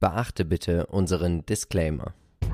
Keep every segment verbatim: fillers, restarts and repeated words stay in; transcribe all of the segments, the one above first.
Beachte bitte unseren Disclaimer.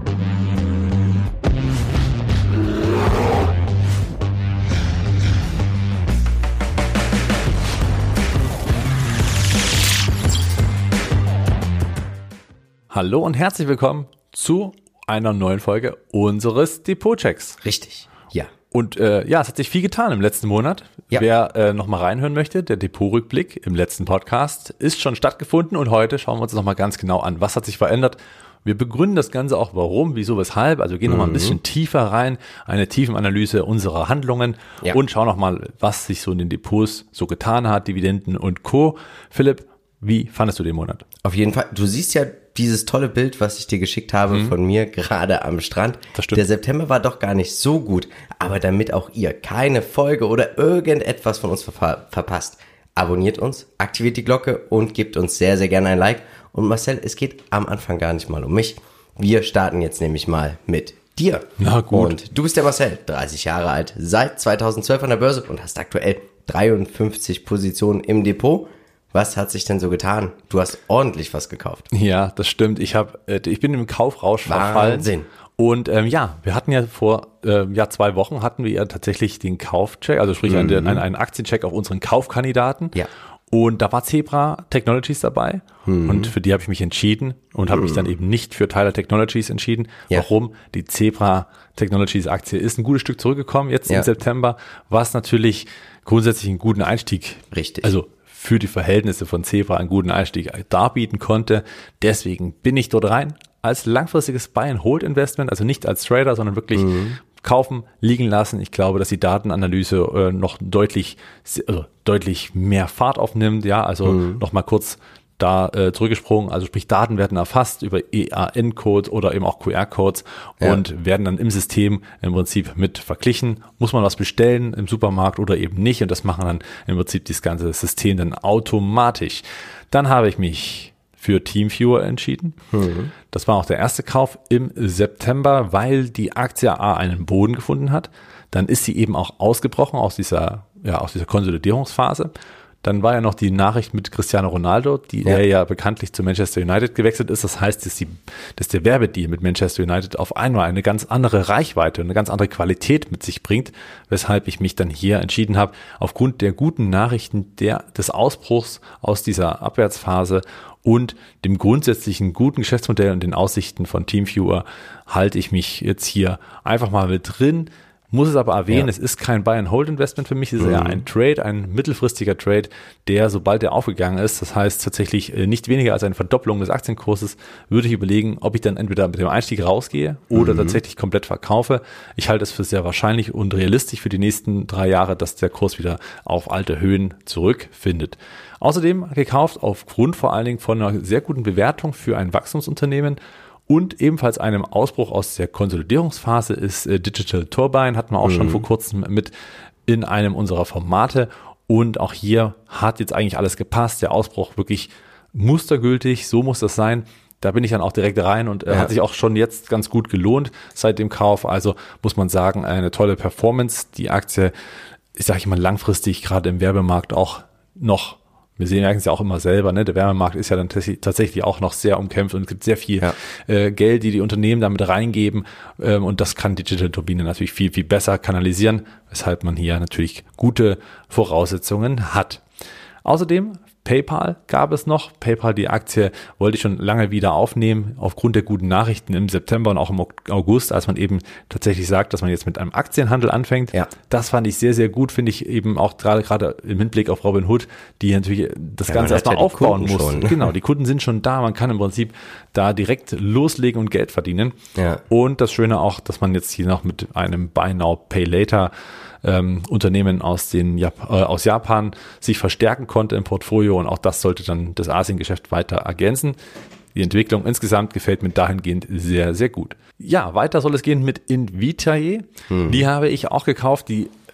Hallo und herzlich willkommen zu einer neuen Folge unseres Depotchecks. Richtig, ja. Und äh, ja, es hat sich viel getan im letzten Monat. Ja. Wer äh, nochmal reinhören möchte, der Depotrückblick im letzten Podcast ist schon stattgefunden und heute schauen wir uns nochmal ganz genau an, was hat sich verändert. Wir begründen das Ganze auch, warum, wieso, weshalb. Also gehen nochmal mhm. ein bisschen tiefer rein, eine Tiefenanalyse unserer Handlungen ja. und schauen nochmal, was sich so in den Depots so getan hat, Dividenden und Co. Philipp, wie fandest du den Monat? Auf jeden Fall. Du siehst ja dieses tolle Bild, was ich dir geschickt habe mhm. von mir, gerade am Strand. Das stimmt. Der September war doch gar nicht so gut. Aber damit auch ihr keine Folge oder irgendetwas von uns ver- verpasst, abonniert uns, aktiviert die Glocke und gebt uns sehr, sehr gerne ein Like. Und Marcel, es geht am Anfang gar nicht mal um mich. Wir starten jetzt nämlich mal mit dir. Na gut. Und du bist der Marcel, dreißig Jahre alt, seit zweitausendzwölf an der Börse und hast aktuell dreiundfünfzig Positionen im Depot. Was hat sich denn so getan? Du hast ordentlich was gekauft. Ja, das stimmt. Ich habe, äh, ich bin im Kaufrausch verfallen. Wahnsinn. Und ähm, ja, wir hatten ja vor äh, ja zwei Wochen hatten wir ja tatsächlich den Kaufcheck, also sprich mhm. einen, einen, einen Aktiencheck auf unseren Kaufkandidaten. Ja. Und da war Zebra Technologies dabei mhm. und für die habe ich mich entschieden und habe mhm. mich dann eben nicht für Tyler Technologies entschieden. Ja. Warum? Die Zebra Technologies Aktie ist ein gutes Stück zurückgekommen jetzt ja. im September, was natürlich grundsätzlich einen guten Einstieg, richtig, also für die Verhältnisse von Zebra einen guten Einstieg darbieten konnte. Deswegen bin ich dort rein als langfristiges Buy-and-Hold-Investment, also nicht als Trader, sondern wirklich mhm. kaufen, liegen lassen. Ich glaube, dass die Datenanalyse äh, noch deutlich, also deutlich mehr Fahrt aufnimmt. Ja, also mhm. noch mal kurz da äh, zurückgesprungen, also sprich Daten werden erfasst über E A N-Code oder eben auch Q R-Codes ja. und werden dann im System im Prinzip mit verglichen. Muss man was bestellen im Supermarkt oder eben nicht und das machen dann im Prinzip das ganze System dann automatisch. Dann habe ich mich für TeamViewer entschieden. Mhm. Das war auch der erste Kauf im September, weil die Aktie A einen Boden gefunden hat. Dann ist sie eben auch ausgebrochen aus dieser, ja, aus dieser Konsolidierungsphase. Dann war ja noch die Nachricht mit Cristiano Ronaldo, die ja. der ja bekanntlich zu Manchester United gewechselt ist. Das heißt, dass, die, dass der Werbedeal mit Manchester United auf einmal eine ganz andere Reichweite und eine ganz andere Qualität mit sich bringt, weshalb ich mich dann hier entschieden habe, aufgrund der guten Nachrichten der, des Ausbruchs aus dieser Abwärtsphase und dem grundsätzlichen guten Geschäftsmodell und den Aussichten von TeamViewer halte ich mich jetzt hier einfach mal mit drin. Muss es aber erwähnen, ja. es ist kein Buy-and-Hold-Investment für mich, es ist mhm. eher ein Trade, ein mittelfristiger Trade, der, sobald er aufgegangen ist, das heißt tatsächlich nicht weniger als eine Verdopplung des Aktienkurses, würde ich überlegen, ob ich dann entweder mit dem Einstieg rausgehe oder mhm. tatsächlich komplett verkaufe. Ich halte es für sehr wahrscheinlich und realistisch für die nächsten drei Jahre, dass der Kurs wieder auf alte Höhen zurückfindet. Außerdem gekauft aufgrund vor allen Dingen von einer sehr guten Bewertung für ein Wachstumsunternehmen. Und ebenfalls einem Ausbruch aus der Konsolidierungsphase ist äh, Digital Turbine, hatten wir auch mhm. schon vor kurzem mit in einem unserer Formate. Und auch hier hat jetzt eigentlich alles gepasst. Der Ausbruch wirklich mustergültig, so muss das sein. Da bin ich dann auch direkt rein und äh, ja. hat sich auch schon jetzt ganz gut gelohnt seit dem Kauf. Also muss man sagen, eine tolle Performance. Die Aktie, ich sage ich mal langfristig, gerade im Werbemarkt auch noch. Wir sehen es ja auch immer selber, ne? Der Werbemarkt ist ja dann t- tatsächlich auch noch sehr umkämpft und es gibt sehr viel ja. äh, Geld, die die Unternehmen damit reingeben ähm, und das kann Digital Turbine natürlich viel, viel besser kanalisieren, weshalb man hier natürlich gute Voraussetzungen hat. Außerdem PayPal gab es noch. PayPal, die Aktie, wollte ich schon lange wieder aufnehmen, aufgrund der guten Nachrichten im September und auch im August, als man eben tatsächlich sagt, dass man jetzt mit einem Aktienhandel anfängt. Ja. Das fand ich sehr, sehr gut, finde ich eben auch gerade gerade im Hinblick auf Robinhood, die natürlich das ja, Ganze erstmal ja aufbauen mussten. Genau, die Kunden sind schon da, man kann im Prinzip da direkt loslegen und Geld verdienen. Ja. Und das Schöne auch, dass man jetzt hier noch mit einem Buy Now, Pay Later Ähm, Unternehmen aus den Jap- äh, aus Japan sich verstärken konnte im Portfolio und auch das sollte dann das Asiengeschäft weiter ergänzen. Die Entwicklung insgesamt gefällt mir dahingehend sehr, sehr gut. Ja, weiter soll es gehen mit Invitae. Hm. Die habe ich auch gekauft. Die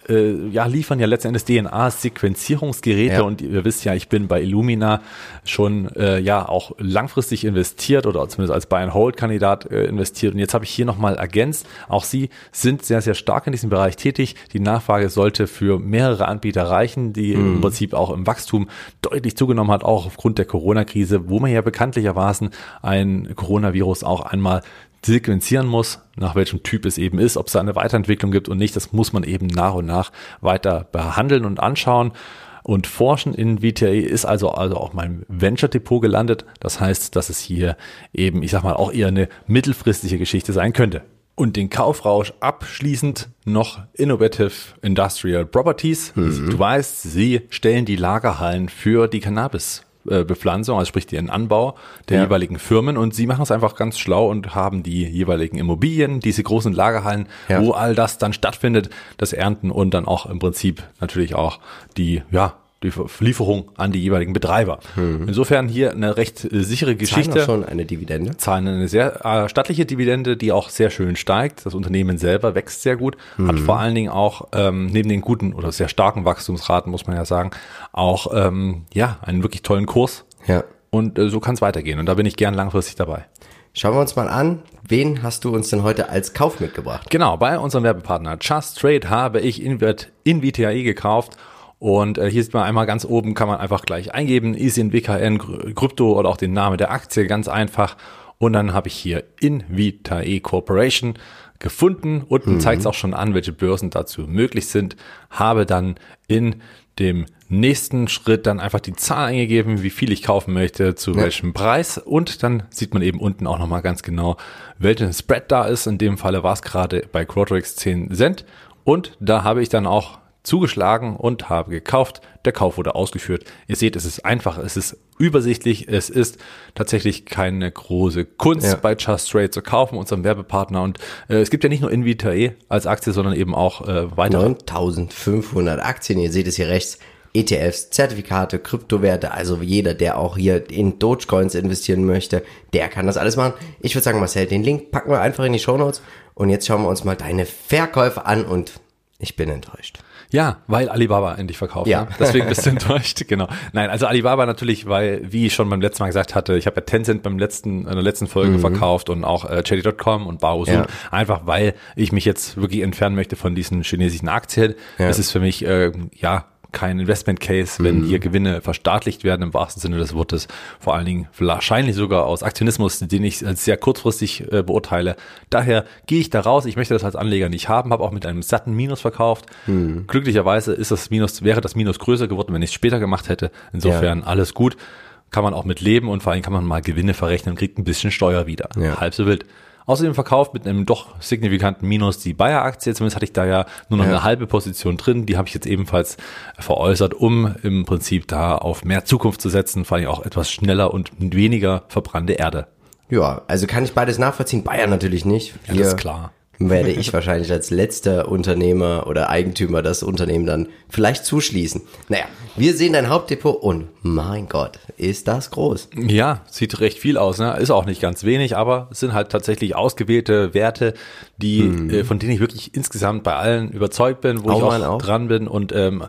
äh, ja, liefern ja letzten Endes D N A-Sequenzierungsgeräte ja. und ihr wisst ja, ich bin bei Illumina schon äh, ja auch langfristig investiert oder zumindest als Buy-and-Hold-Kandidat äh, investiert und jetzt habe ich hier nochmal ergänzt, auch sie sind sehr, sehr stark in diesem Bereich tätig. Die Nachfrage sollte für mehrere Anbieter reichen, die mhm. im Prinzip auch im Wachstum deutlich zugenommen hat, auch aufgrund der Corona-Krise, wo man ja bekanntlichermaßen ein Coronavirus auch einmal sequenzieren muss, nach welchem Typ es eben ist, ob es da eine Weiterentwicklung gibt und nicht, das muss man eben nach und nach weiter behandeln und anschauen und forschen. In V T A ist also, also auch mein Venture-Depot gelandet, das heißt, dass es hier eben, ich sag mal, auch eher eine mittelfristige Geschichte sein könnte. Und den Kaufrausch abschließend noch Innovative Industrial Properties. Mhm. Du weißt, sie stellen die Lagerhallen für die Cannabis Bepflanzung, also sprich den Anbau der ja. jeweiligen Firmen und sie machen es einfach ganz schlau und haben die jeweiligen Immobilien, diese großen Lagerhallen, ja. wo all das dann stattfindet, das Ernten und dann auch im Prinzip natürlich auch die, ja, die Lieferung an die jeweiligen Betreiber. Mhm. Insofern hier eine recht äh, sichere Geschichte. Zahlen auch schon eine Dividende? Zahlen eine sehr äh, stattliche Dividende, die auch sehr schön steigt. Das Unternehmen selber wächst sehr gut, mhm. hat vor allen Dingen auch ähm, neben den guten oder sehr starken Wachstumsraten, muss man ja sagen, auch ähm, ja einen wirklich tollen Kurs. Ja. Und äh, so kann es weitergehen. Und da bin ich gern langfristig dabei. Schauen wir uns mal an, wen hast du uns denn heute als Kauf mitgebracht? Genau, bei unserem Werbepartner Just Trade habe ich in, in V T A E gekauft. Und äh, hier sieht man einmal ganz oben, kann man einfach gleich eingeben, ISIN, W K N, Krypto oder auch den Namen der Aktie, ganz einfach. Und dann habe ich hier in V T A E Corporation gefunden. Unten mhm. zeigt es auch schon an, welche Börsen dazu möglich sind. Habe dann in dem nächsten Schritt dann einfach die Zahl eingegeben, wie viel ich kaufen möchte, zu ja. welchem Preis. Und dann sieht man eben unten auch nochmal ganz genau, welcher Spread da ist. In dem Falle war es gerade bei Quadrix zehn Cent. Und da habe ich dann auch zugeschlagen und habe gekauft. Der Kauf wurde ausgeführt. Ihr seht, es ist einfach, es ist übersichtlich, es ist tatsächlich keine große Kunst ja. bei Just Trade zu kaufen, unserem Werbepartner. Und äh, es gibt ja nicht nur in V T A E als Aktie, sondern eben auch äh, weitere. neuntausendfünfhundert Aktien, ihr seht es hier rechts. E T Fs, Zertifikate, Kryptowerte, also jeder, der auch hier in Dogecoins investieren möchte, der kann das alles machen. Ich würde sagen, Marcel, den Link packen wir einfach in die Shownotes und jetzt schauen wir uns mal deine Verkäufe an und ich bin enttäuscht. Ja, weil Alibaba endlich verkauft. Ja. Ne? Deswegen bist du enttäuscht, genau. Nein, also Alibaba natürlich, weil, wie ich schon beim letzten Mal gesagt hatte, ich habe ja Tencent beim letzten, in der letzten Folge mhm. verkauft und auch äh, Chedi Punkt com und Baozu. Ja. Einfach, weil ich mich jetzt wirklich entfernen möchte von diesen chinesischen Aktien. Ja. Es ist für mich, äh, ja, kein Investment Case, wenn mhm. hier Gewinne verstaatlicht werden im wahrsten Sinne des Wortes, vor allen Dingen wahrscheinlich sogar aus Aktionismus, den ich als sehr kurzfristig äh, beurteile. Daher gehe ich da raus, ich möchte das als Anleger nicht haben, habe auch mit einem satten Minus verkauft. Mhm. Glücklicherweise ist das Minus, wäre das Minus größer geworden, wenn ich es später gemacht hätte. Insofern ja. alles gut, kann man auch mit leben und vor allem kann man mal Gewinne verrechnen und kriegt ein bisschen Steuer wieder. Ja. Halb so wild. Außerdem verkauft mit einem doch signifikanten Minus die Bayer-Aktie. Zumindest hatte ich da ja nur noch ja. eine halbe Position drin. Die habe ich jetzt ebenfalls veräußert, um im Prinzip da auf mehr Zukunft zu setzen. Vor allem auch etwas schneller und weniger verbrannte Erde. Ja, also kann ich beides nachvollziehen. Bayer natürlich nicht. Ja, das ist klar. Werde ich wahrscheinlich als letzter Unternehmer oder Eigentümer das Unternehmen dann vielleicht zuschließen. Naja, wir sehen dein Hauptdepot und mein Gott, ist das groß. Ja, sieht recht viel aus, ne? Ist auch nicht ganz wenig, aber es sind halt tatsächlich ausgewählte Werte, die hm. äh, von denen ich wirklich insgesamt bei allen überzeugt bin, wo Aumann ich auch, auch dran bin und ähm,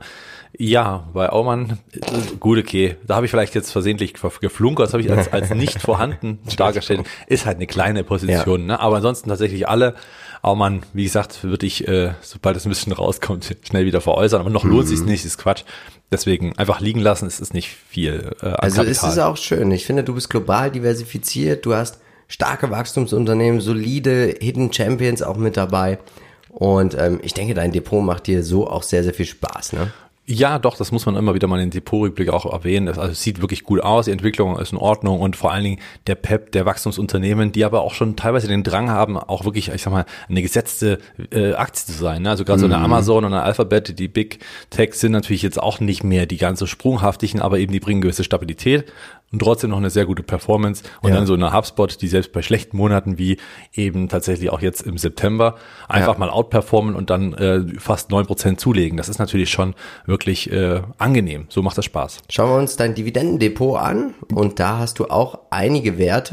ja, bei Aumann, gut, okay, da habe ich vielleicht jetzt versehentlich geflunkert, das habe ich als, als nicht vorhanden dargestellt, ist halt eine kleine Position, ja. ne? Aber ansonsten tatsächlich alle. Aumann, wie gesagt, würde ich, äh, sobald es ein bisschen rauskommt, schnell wieder veräußern, aber noch lohnt mhm. sich's nicht, ist Quatsch. Deswegen einfach liegen lassen, es ist nicht viel äh, an Also Kapital. Es ist auch schön, ich finde, du bist global diversifiziert, du hast starke Wachstumsunternehmen, solide Hidden Champions auch mit dabei und ähm, ich denke, dein Depot macht dir so auch sehr, sehr viel Spaß, ne? Ja, doch, das muss man immer wieder mal in den Depotrückblick auch erwähnen. Das also sieht wirklich gut aus, die Entwicklung ist in Ordnung und vor allen Dingen der P E P der Wachstumsunternehmen, die aber auch schon teilweise den Drang haben, auch wirklich, ich sag mal, eine gesetzte äh, Aktie zu sein. Ne? Also gerade mhm. so eine Amazon und eine Alphabet, die Big Techs sind natürlich jetzt auch nicht mehr die ganz so sprunghaftigen, aber eben die bringen gewisse Stabilität und trotzdem noch eine sehr gute Performance und ja. dann so eine HubSpot, die selbst bei schlechten Monaten wie eben tatsächlich auch jetzt im September einfach ja. mal outperformen und dann äh, fast neun Prozent zulegen. Das ist natürlich schon wirklich äh, angenehm. So macht das Spaß. Schauen wir uns dein Dividendendepot an und da hast du auch einige Werte,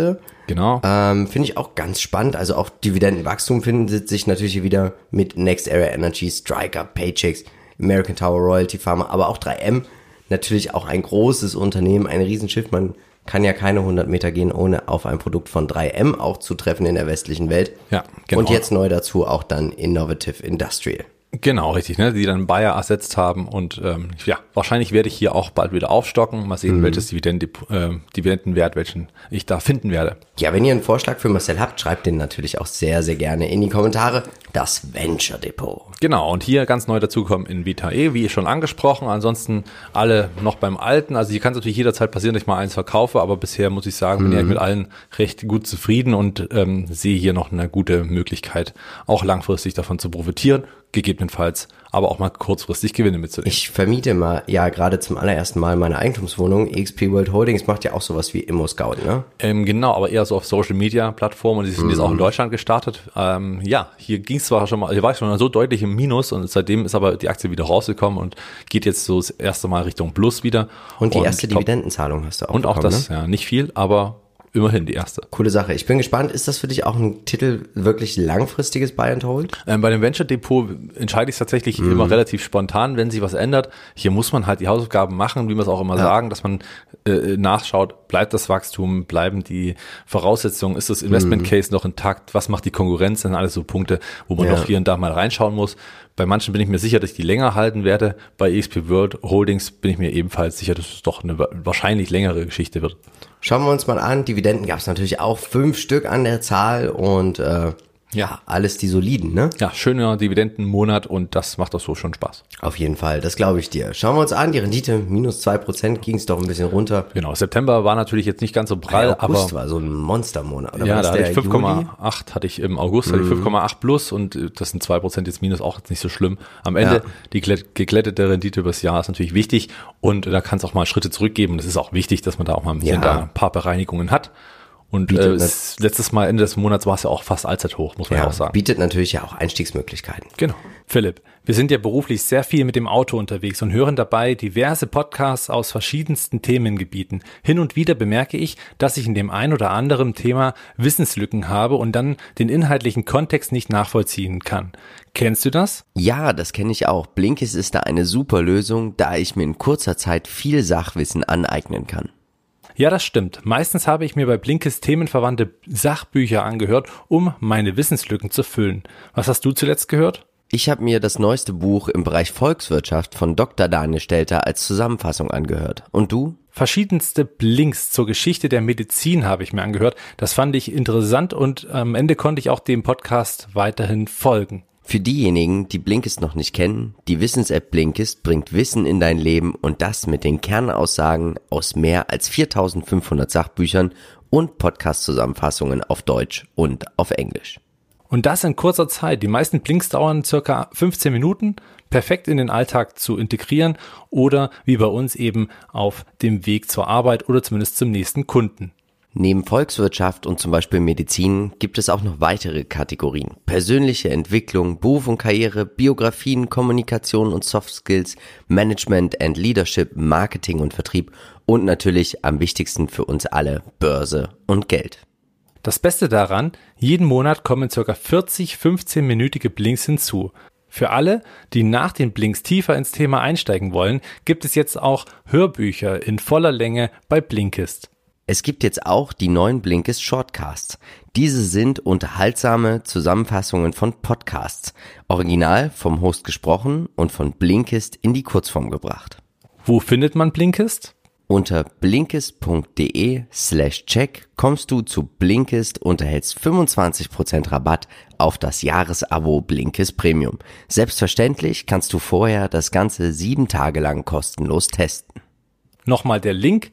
Genau. Ähm, finde ich auch ganz spannend. Also auch Dividendenwachstum findet sich natürlich hier wieder mit Next Area Energy, Striker, Paychex, American Tower, Royalty Pharma, aber auch drei M. Natürlich auch ein großes Unternehmen, ein Riesenschiff. Man kann ja keine hundert Meter gehen, ohne auf ein Produkt von drei M auch zu treffen in der westlichen Welt. Ja, genau. Und jetzt neu dazu auch dann Innovative Industrial. Genau, richtig, ne? Die dann Bayer ersetzt haben und ähm, ja, wahrscheinlich werde ich hier auch bald wieder aufstocken. Mal sehen, mhm. welches Dividenden, äh, Dividendenwert, welchen ich da finden werde. Ja, wenn ihr einen Vorschlag für Marcel habt, schreibt den natürlich auch sehr, sehr gerne in die Kommentare. Das Venture Depot. Genau, und hier ganz neu dazukommen in Vitae, wie schon angesprochen. Ansonsten alle noch beim Alten. Also hier kann es natürlich jederzeit passieren, dass ich mal eins verkaufe, aber bisher muss ich sagen, bin mhm. ich mit allen recht gut zufrieden und ähm, sehe hier noch eine gute Möglichkeit, auch langfristig davon zu profitieren. Gegebenenfalls, aber auch mal kurzfristig Gewinne mitzunehmen. Ich vermiete mal, ja, gerade zum allerersten Mal meine Eigentumswohnung. E X P World Holdings macht ja auch sowas wie ImmoScout, ne? Ähm, genau, aber eher so auf Social Media Plattformen und die sind mm. jetzt auch in Deutschland gestartet. Ähm, ja, hier ging es zwar schon mal, hier war ich schon so deutlich im Minus und seitdem ist aber die Aktie wieder rausgekommen und geht jetzt so das erste Mal Richtung Plus wieder. Und die und erste glaub, Dividendenzahlung hast du auch Und bekommen, auch das, ne? Ja, nicht viel, aber immerhin die erste. Coole Sache. Ich bin gespannt. Ist das für dich auch ein Titel wirklich langfristiges Buy and Hold? Ähm, bei dem Venture Depot entscheide ich tatsächlich mhm. immer relativ spontan, wenn sich was ändert. Hier muss man halt die Hausaufgaben machen, wie wir es auch immer ja. sagen, dass man äh, nachschaut, bleibt das Wachstum, bleiben die Voraussetzungen, ist das Investment mhm. Case noch intakt, was macht die Konkurrenz, das sind alles so Punkte, wo man ja. noch hier und da mal reinschauen muss. Bei manchen bin ich mir sicher, dass ich die länger halten werde. Bei E X P World Holdings bin ich mir ebenfalls sicher, dass es doch eine wahrscheinlich längere Geschichte wird. Schauen wir uns mal an. Dividenden gab es natürlich auch fünf Stück an der Zahl und äh, ja, alles die soliden, ne? Ja, schöner Dividendenmonat und das macht doch so schon Spaß. Auf jeden Fall, das glaube ich dir. Schauen wir uns an, die Rendite minus zwei Prozent ging es doch ein bisschen runter. Genau, September war natürlich jetzt nicht ganz so prall, ja, August aber war so ein Monstermonat. Oder ja, da hatte ich fünf Komma Juli? acht, hatte ich im August, hatte ich fünf Komma acht plus und das sind zwei Prozent jetzt minus, auch jetzt nicht so schlimm. Am Ende, ja. die geglättete Rendite übers Jahr ist natürlich wichtig und da kann es auch mal Schritte zurückgeben. Das ist auch wichtig, dass man da auch mal ein bisschen ja. da ein paar Bereinigungen hat. Und äh, letztes Mal Ende des Monats war es ja auch fast allzeit hoch, muss man ja, ja auch sagen. Bietet natürlich ja auch Einstiegsmöglichkeiten. Genau. Philipp, wir sind ja beruflich sehr viel mit dem Auto unterwegs und hören dabei diverse Podcasts aus verschiedensten Themengebieten. Hin und wieder bemerke ich, dass ich in dem ein oder anderen Thema Wissenslücken habe und dann den inhaltlichen Kontext nicht nachvollziehen kann. Kennst du das? Ja, das kenne ich auch. Blinkist ist da eine super Lösung, da ich mir in kurzer Zeit viel Sachwissen aneignen kann. Ja, das stimmt. Meistens habe ich mir bei Blinkist themenverwandte Sachbücher angehört, um meine Wissenslücken zu füllen. Was hast du zuletzt gehört? Ich habe mir das neueste Buch im Bereich Volkswirtschaft von Doktor Daniel Stelter als Zusammenfassung angehört. Und du? Verschiedenste Blinks zur Geschichte der Medizin habe ich mir angehört. Das fand ich interessant und am Ende konnte ich auch dem Podcast weiterhin folgen. Für diejenigen, die Blinkist noch nicht kennen, die Wissens-App Blinkist bringt Wissen in dein Leben und das mit den Kernaussagen aus mehr als viertausendfünfhundert Sachbüchern und Podcast-Zusammenfassungen auf Deutsch und auf Englisch. Und das in kurzer Zeit. Die meisten Blinks dauern circa fünfzehn Minuten, perfekt in den Alltag zu integrieren oder wie bei uns eben auf dem Weg zur Arbeit oder zumindest zum nächsten Kunden. Neben Volkswirtschaft und zum Beispiel Medizin gibt es auch noch weitere Kategorien. Persönliche Entwicklung, Beruf und Karriere, Biografien, Kommunikation und Soft Skills, Management and Leadership, Marketing und Vertrieb und natürlich am wichtigsten für uns alle Börse und Geld. Das Beste daran, jeden Monat kommen ca. vierzig fünfzehn-minütige Blinks hinzu. Für alle, die nach den Blinks tiefer ins Thema einsteigen wollen, gibt es jetzt auch Hörbücher in voller Länge bei Blinkist. Es gibt jetzt auch die neuen Blinkist Shortcasts. Diese sind unterhaltsame Zusammenfassungen von Podcasts, original vom Host gesprochen und von Blinkist in die Kurzform gebracht. Wo findet man Blinkist? Unter blinkist.de slash check kommst du zu Blinkist und erhältst fünfundzwanzig Prozent Rabatt auf das Jahresabo Blinkist Premium. Selbstverständlich kannst du vorher das Ganze sieben Tage lang kostenlos testen. Nochmal der Link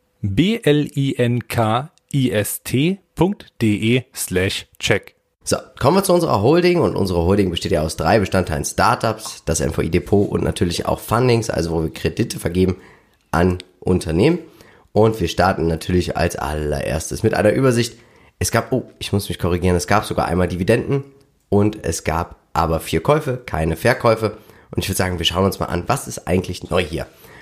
blinkist.de slash check. So, kommen wir zu unserer Holding und unsere Holding besteht ja aus drei Bestandteilen: Startups, das M V I-Depot und natürlich auch Fundings, also wo wir Kredite vergeben an Unternehmen. Und wir starten natürlich als allererstes mit einer Übersicht. Es gab, oh, ich muss mich korrigieren, es gab sogar einmal Dividenden und es gab aber vier Käufe, keine Verkäufe. Und ich würde sagen, wir schauen uns mal an, was ist eigentlich neu hier.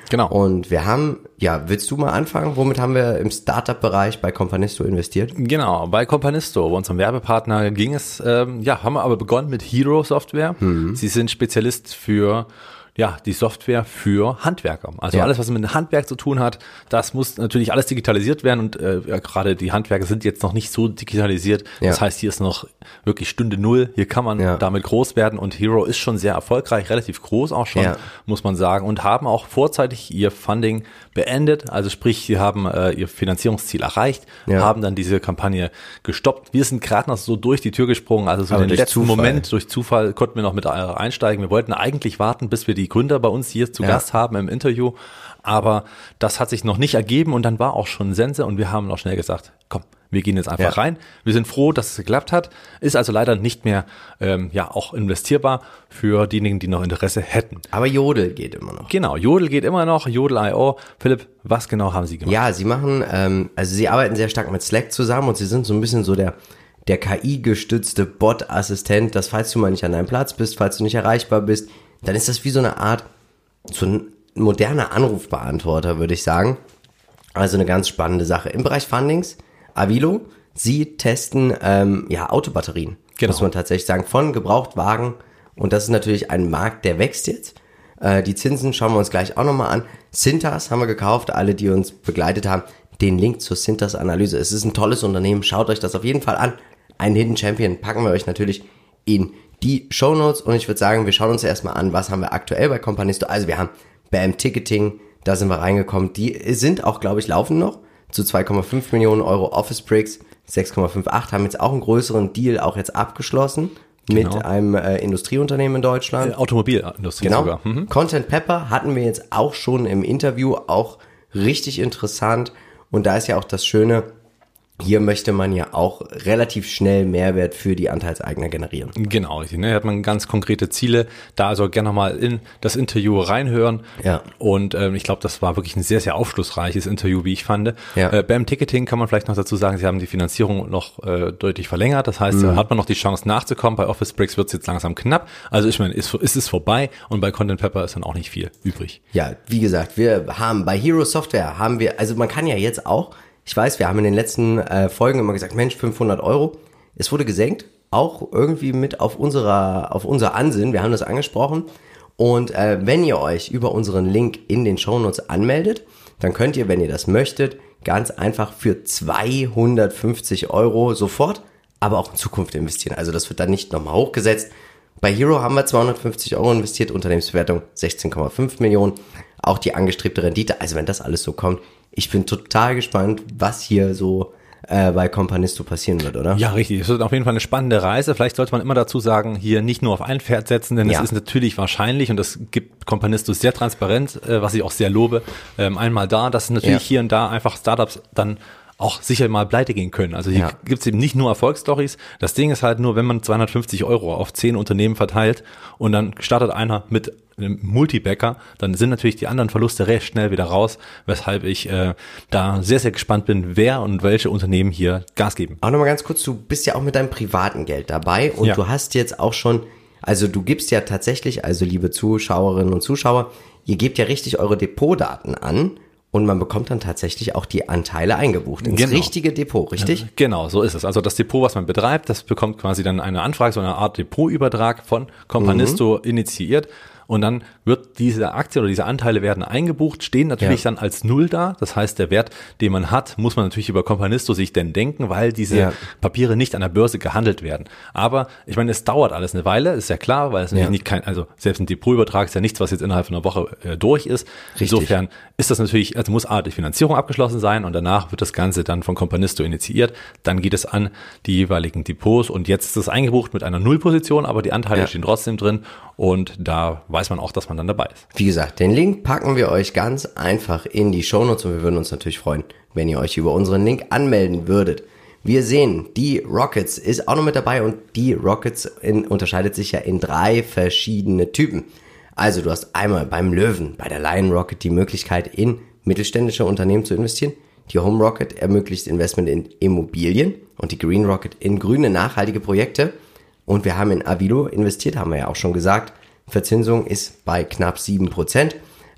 Genau. Und wir haben, ja, willst du mal anfangen? Womit haben wir im Startup-Bereich bei Companisto investiert? Genau, bei Companisto, bei unserem Werbepartner, ging es, ähm, ja, haben wir aber begonnen mit Hero Software. Mhm. Sie sind Spezialist für ja, die Software für Handwerker. Also ja. alles, was mit Handwerk zu tun hat, das muss natürlich alles digitalisiert werden und äh, ja, gerade die Handwerker sind jetzt noch nicht so digitalisiert. Ja. Das heißt, hier ist noch wirklich Stunde Null. Hier kann man ja. damit groß werden und Hero ist schon sehr erfolgreich, relativ groß auch schon, ja. muss man sagen, und haben auch vorzeitig ihr Funding beendet. Also sprich, sie haben äh, ihr Finanzierungsziel erreicht, ja. haben dann diese Kampagne gestoppt. Wir sind gerade noch so durch die Tür gesprungen, also so Aber den letzten Zufall. Moment, durch Zufall konnten wir noch mit einsteigen. Wir wollten eigentlich warten, bis wir die Gründer bei uns hier zu ja. Gast haben im Interview, aber das hat sich noch nicht ergeben und dann war auch schon Sense und wir haben auch schnell gesagt, komm, wir gehen jetzt einfach ja. rein. Wir sind froh, dass es geklappt hat, ist also leider nicht mehr ähm, ja auch investierbar für diejenigen, die noch Interesse hätten. Aber Jodel geht immer noch. Genau, Jodel geht immer noch, Jodel Punkt i o. Philipp, was genau haben Sie gemacht? Ja, Sie machen, ähm, also Sie arbeiten sehr stark mit Slack zusammen und Sie sind so ein bisschen so der der K I-gestützte Bot-Assistent, dass falls du mal nicht an deinem Platz bist, falls du nicht erreichbar bist, dann ist das wie so eine Art, so ein moderner Anrufbeantworter, würde ich sagen. Also eine ganz spannende Sache. Im Bereich Fundings, Avilo, sie testen ähm, ja Autobatterien, genau. muss man tatsächlich sagen, von Gebrauchtwagen. Und das ist natürlich ein Markt, der wächst jetzt. Äh, die Zinsen schauen wir uns gleich auch nochmal an. Cintas haben wir gekauft, alle, die uns begleitet haben. Den Link zur Cintas-Analyse. Es ist ein tolles Unternehmen, schaut euch das auf jeden Fall an. Einen Hidden Champion packen wir euch natürlich in die Shownotes und ich würde sagen, wir schauen uns erstmal an, was haben wir aktuell bei Companisto. Also wir haben B A M Ticketing, da sind wir reingekommen. Die sind auch, glaube ich, laufen noch zu zwei Komma fünf Millionen Euro. Office Bricks sechs Komma fünfundachtzig, haben jetzt auch einen größeren Deal auch jetzt abgeschlossen genau. mit einem äh, Industrieunternehmen in Deutschland. Äh, Automobilindustrie genau. sogar. Mhm. Content Pepper hatten wir jetzt auch schon im Interview, auch richtig interessant. Und da ist ja auch das Schöne, hier möchte man ja auch relativ schnell Mehrwert für die Anteilseigner generieren. Genau, richtig. Ne? Hier hat man ganz konkrete Ziele. Da also gerne nochmal in das Interview reinhören. Ja. Und ähm, ich glaube, das war wirklich ein sehr, sehr aufschlussreiches Interview, wie ich fand. Ja. Äh, beim Ticketing kann man vielleicht noch dazu sagen, sie haben die Finanzierung noch äh, deutlich verlängert. Das heißt, mhm. da hat man noch die Chance nachzukommen. Bei Office Bricks wird es jetzt langsam knapp. Also ich meine, ist, ist es vorbei und bei Content Pepper ist dann auch nicht viel übrig. Ja, wie gesagt, wir haben bei Hero Software haben wir, also man kann ja jetzt auch, ich weiß, wir haben in den letzten äh, Folgen immer gesagt, Mensch, fünfhundert Euro. Es wurde gesenkt, auch irgendwie mit auf unserer, auf unser Ansinnen. Wir haben das angesprochen. Und äh, wenn ihr euch über unseren Link in den Shownotes anmeldet, dann könnt ihr, wenn ihr das möchtet, ganz einfach für zweihundertfünfzig Euro sofort, aber auch in Zukunft investieren. Also das wird dann nicht nochmal hochgesetzt. Bei Hero haben wir zweihundertfünfzig Euro investiert, Unternehmensbewertung sechzehn Komma fünf Millionen. Auch die angestrebte Rendite, also wenn das alles so kommt, ich bin total gespannt, was hier so äh, bei Companisto passieren wird, oder? Ja, richtig. Es wird auf jeden Fall eine spannende Reise. Vielleicht sollte man immer dazu sagen, hier nicht nur auf ein Pferd setzen, denn ja. es ist natürlich wahrscheinlich, und das gibt Companisto sehr transparent, äh, was ich auch sehr lobe, ähm, einmal da, dass natürlich ja. hier und da einfach Startups dann auch sicher mal pleite gehen können. Also hier ja. gibt's eben nicht nur Erfolgsstories. Das Ding ist halt nur, wenn man zweihundertfünfzig Euro auf zehn Unternehmen verteilt und dann startet einer mit einem Multibäcker, dann sind natürlich die anderen Verluste recht schnell wieder raus, weshalb ich äh, da sehr, sehr gespannt bin, wer und welche Unternehmen hier Gas geben. Auch nochmal ganz kurz, du bist ja auch mit deinem privaten Geld dabei und ja. du hast jetzt auch schon, also du gibst ja tatsächlich, also liebe Zuschauerinnen und Zuschauer, ihr gebt ja richtig eure Depotdaten an. Und man bekommt dann tatsächlich auch die Anteile eingebucht ins genau. richtige Depot, richtig? Genau, so ist es. Also das Depot, was man betreibt, das bekommt quasi dann eine Anfrage, so eine Art Depotübertrag von Companisto mhm. initiiert. Und dann wird diese Aktie oder diese Anteile werden eingebucht, stehen natürlich ja. dann als Null da. Das heißt, der Wert, den man hat, muss man natürlich über Companisto sich denn denken, weil diese ja. Papiere nicht an der Börse gehandelt werden. Aber ich meine, es dauert alles eine Weile, ist ja klar, weil es natürlich ja. nicht kein, also selbst ein Depotübertrag ist ja nichts, was jetzt innerhalb von einer Woche äh, durch ist. Richtig. Insofern ist das natürlich, also muss A, die Finanzierung abgeschlossen sein und danach wird das Ganze dann von Companisto initiiert. Dann geht es an die jeweiligen Depots und jetzt ist es eingebucht mit einer Nullposition, aber die Anteile ja. stehen trotzdem drin und da weiß man auch, dass man dann dabei ist. Wie gesagt, den Link packen wir euch ganz einfach in die Shownotes und wir würden uns natürlich freuen, wenn ihr euch über unseren Link anmelden würdet. Wir sehen, die Rockets ist auch noch mit dabei und die Rockets in, unterscheidet sich ja in drei verschiedene Typen. Also du hast einmal beim Löwen, bei der Lion Rocket die Möglichkeit in mittelständische Unternehmen zu investieren. Die Home Rocket ermöglicht Investment in Immobilien und die Green Rocket in grüne, nachhaltige Projekte. Und wir haben in Avilo investiert, haben wir ja auch schon gesagt. Verzinsung ist bei knapp sieben Prozent.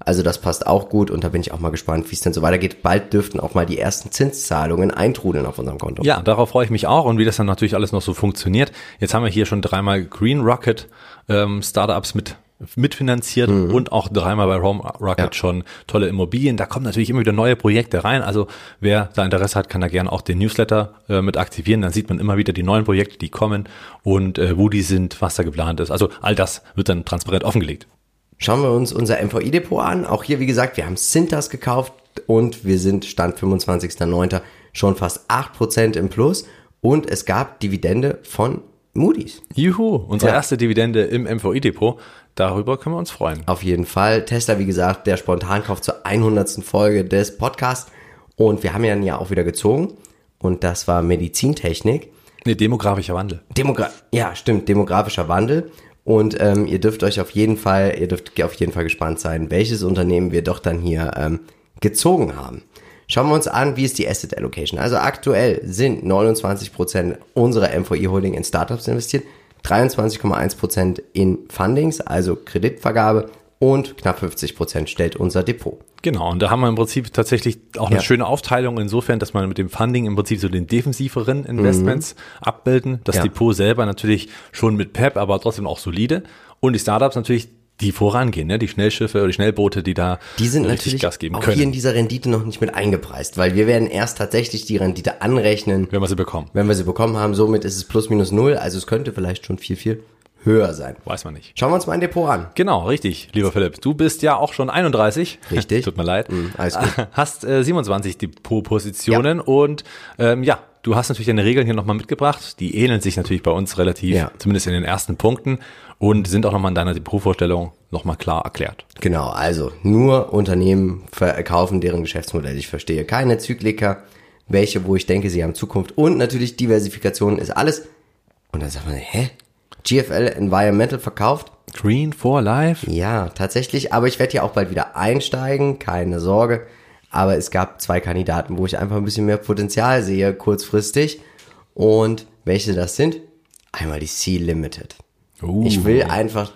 Also das passt auch gut und da bin ich auch mal gespannt, wie es denn so weitergeht. Bald dürften auch mal die ersten Zinszahlungen eintrudeln auf unserem Konto. Ja, darauf freue ich mich auch und wie das dann natürlich alles noch so funktioniert. Jetzt haben wir hier schon dreimal Green Rocket ähm, Startups mit mitfinanziert mhm. und auch dreimal bei Home Rocket ja. schon tolle Immobilien. Da kommen natürlich immer wieder neue Projekte rein. Also wer da Interesse hat, kann da gerne auch den Newsletter äh, mit aktivieren. Dann sieht man immer wieder die neuen Projekte, die kommen und äh, wo die sind, was da geplant ist. Also all das wird dann transparent offengelegt. Schauen wir uns unser M V I-Depot an. Auch hier, wie gesagt, wir haben Cintas gekauft und wir sind Stand fünfundzwanzigster neunter schon fast acht Prozent im Plus und es gab Dividende von Moody's. Juhu, unsere ja. erste Dividende im M V I-Depot. Darüber können wir uns freuen. Auf jeden Fall. Tesla, wie gesagt, der Spontankauf zur hundertsten Folge des Podcasts. Und wir haben ja ein Jahr auch wieder gezogen. Und das war Medizintechnik. Nee, demografischer Wandel. Demogra- ja, stimmt, demografischer Wandel. Und ähm, ihr dürft euch auf jeden Fall, ihr dürft auf jeden Fall gespannt sein, welches Unternehmen wir doch dann hier ähm, gezogen haben. Schauen wir uns an, wie ist die Asset Allocation. Also aktuell sind neunundzwanzig Prozent unserer M V I-Holding in Startups investiert, dreiundzwanzig Komma eins Prozent in Fundings, also Kreditvergabe und knapp fünfzig Prozent stellt unser Depot. Genau, und da haben wir im Prinzip tatsächlich auch eine ja. schöne Aufteilung insofern, dass man mit dem Funding im Prinzip so den defensiveren Investments mhm. abbilden. Das ja. Depot selber natürlich schon mit Pep, aber trotzdem auch solide. Und die Startups natürlich, die vorangehen, ne? Die Schnellschiffe oder die Schnellboote, die da die sind richtig natürlich Gas geben auch können. Hier in dieser Rendite noch nicht mit eingepreist, weil wir werden erst tatsächlich die Rendite anrechnen, wenn wir sie bekommen. Wenn wir sie bekommen haben, somit ist es plus minus null, also es könnte vielleicht schon viel, viel höher sein. Weiß man nicht. Schauen wir uns mal ein Depot an. Genau, richtig, lieber Philipp. Du bist ja auch schon einunddreißig. Richtig. Tut mir leid. Mm, alles gut. Hast äh, siebenundzwanzig Depotpositionen ja. und ähm, ja, du hast natürlich deine Regeln hier nochmal mitgebracht. Die ähneln sich natürlich bei uns relativ, ja. zumindest in den ersten Punkten und sind auch nochmal in deiner Depotvorstellung nochmal klar erklärt. Genau, also nur Unternehmen verkaufen, deren Geschäftsmodell ich verstehe. Keine Zyklika, welche, wo ich denke, sie haben Zukunft und natürlich Diversifikation ist alles. Und dann sagt man, hä? G F L Environmental verkauft? Green for Life? Ja, tatsächlich, aber ich werde hier auch bald wieder einsteigen, keine Sorge. Aber es gab zwei Kandidaten, wo ich einfach ein bisschen mehr Potenzial sehe, kurzfristig. Und welche das sind? Einmal die Sea Limited. Uh. Ich will einfach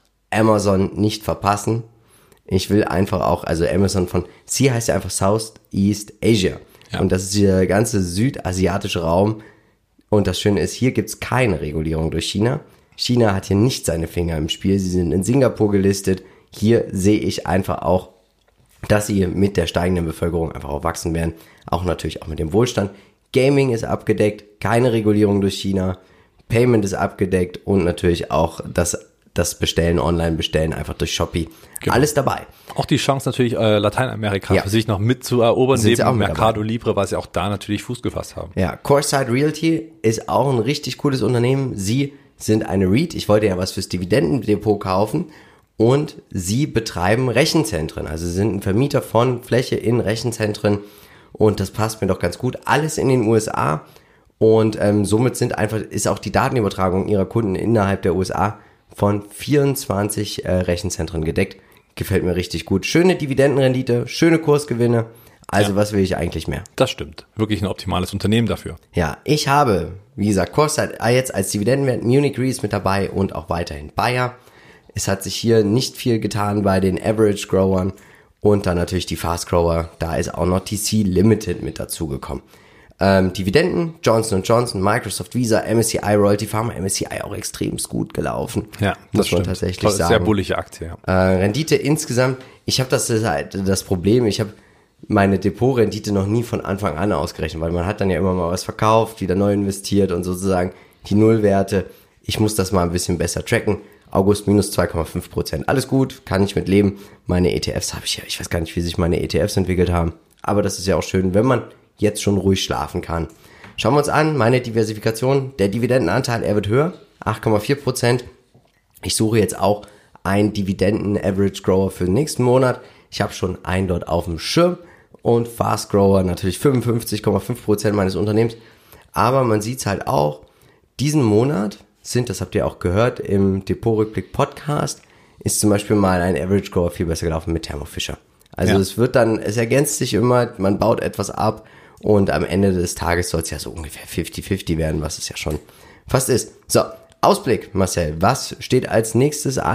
Amazon nicht verpassen. Ich will einfach auch, also Amazon von, Sea heißt ja einfach Southeast Asia. Ja. Und das ist der ganze südasiatische Raum. Und das Schöne ist, hier gibt's keine Regulierung durch China. China hat hier nicht seine Finger im Spiel. Sie sind in Singapur gelistet. Hier sehe ich einfach auch, dass sie mit der steigenden Bevölkerung einfach auch wachsen werden. Auch natürlich auch mit dem Wohlstand. Gaming ist abgedeckt, keine Regulierung durch China. Payment ist abgedeckt und natürlich auch das, das Bestellen, Online-Bestellen einfach durch Shopee. Genau. Alles dabei. Auch die Chance natürlich, äh, Lateinamerika ja. für sich noch mitzuerobern, neben Mercado Libre, weil sie auch da natürlich Fuß gefasst haben. Ja, CoreSide Realty ist auch ein richtig cooles Unternehmen. Sie sind eine REIT. Ich wollte ja was fürs Dividendendepot kaufen. Und sie betreiben Rechenzentren. Also sie sind ein Vermieter von Fläche in Rechenzentren. Und das passt mir doch ganz gut. Alles in den U S A. Und ähm, somit sind einfach, ist auch die Datenübertragung ihrer Kunden innerhalb der U S A von vierundzwanzig äh, Rechenzentren gedeckt. Gefällt mir richtig gut. Schöne Dividendenrendite, schöne Kursgewinne. Also ja. was will ich eigentlich mehr? Das stimmt. Wirklich ein optimales Unternehmen dafür. Ja, ich habe, wie gesagt, CoreSide jetzt als Dividendenwert, Munich Re ist mit dabei und auch weiterhin Bayer. Es hat sich hier nicht viel getan bei den Average Growern und dann natürlich die Fast Grower. Da ist auch noch die Sea Limited mit dazugekommen. Ähm, Dividenden, Johnson und Johnson, Microsoft, Visa, M S C I, Royalty Pharma, M S C I auch extremst gut gelaufen. Ja, das muss stimmt. man tatsächlich Toll, sagen. Sehr bullige Aktie. Ja. Äh, Rendite insgesamt, ich habe das das Problem, ich habe meine Depotrendite noch nie von Anfang an ausgerechnet, weil man hat dann ja immer mal was verkauft, wieder neu investiert und sozusagen die Nullwerte. Ich muss das mal ein bisschen besser tracken. August minus zwei Komma fünf Prozent. Alles gut, kann ich mit leben. Meine E T Fs habe ich ja, ich weiß gar nicht, wie sich meine E T Fs entwickelt haben. Aber das ist ja auch schön, wenn man jetzt schon ruhig schlafen kann. Schauen wir uns an, meine Diversifikation. Der Dividendenanteil, er wird höher, acht Komma vier Prozent. Ich suche jetzt auch einen Dividenden-Average-Grower für den nächsten Monat. Ich habe schon einen dort auf dem Schirm. Und Fast Grower natürlich fünfundfünfzig Komma fünf Prozent meines Unternehmens. Aber man sieht es halt auch, diesen Monat sind, das habt ihr auch gehört im Depotrückblick Podcast, ist zum Beispiel mal ein Average Grower viel besser gelaufen mit Thermo Fisher. Also ja. es wird dann, es ergänzt sich immer, man baut etwas ab und am Ende des Tages soll es ja so ungefähr fünfzig fünfzig werden, was es ja schon fast ist. So, Ausblick, Marcel, was steht als nächstes an?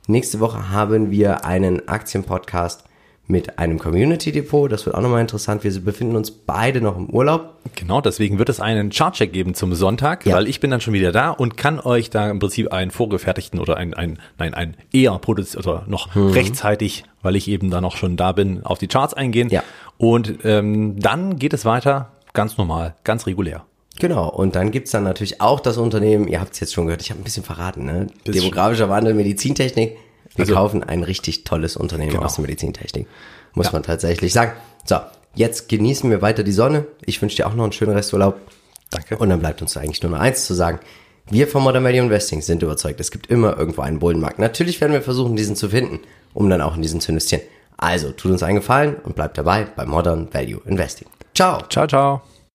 Nächste Woche haben wir einen Aktienpodcast mit einem Community-Depot. Das wird auch nochmal interessant. Wir befinden uns beide noch im Urlaub. Genau, deswegen wird es einen Chartcheck geben zum Sonntag, ja. weil ich bin dann schon wieder da und kann euch da im Prinzip einen vorgefertigten oder ein, ein nein, ein eher produziert oder noch mhm. rechtzeitig, weil ich eben da noch schon da bin, auf die Charts eingehen. Ja. Und ähm, dann geht es weiter ganz normal, ganz regulär. Genau, und dann gibt's dann natürlich auch das Unternehmen, ihr habt es jetzt schon gehört, ich habe ein bisschen verraten, ne? Demografischer Wandel, Medizintechnik. Wir also, kaufen ein richtig tolles Unternehmen genau. aus der Medizintechnik, muss ja. man tatsächlich sagen. So, jetzt genießen wir weiter die Sonne. Ich wünsche dir auch noch einen schönen Resturlaub. Danke. Und dann bleibt uns eigentlich nur noch eins zu sagen. Wir von Modern Value Investing sind überzeugt, es gibt immer irgendwo einen Bullenmarkt. Natürlich werden wir versuchen, diesen zu finden, um dann auch in diesen zu investieren. Also, tut uns einen Gefallen und bleibt dabei bei Modern Value Investing. Ciao. Ciao, ciao.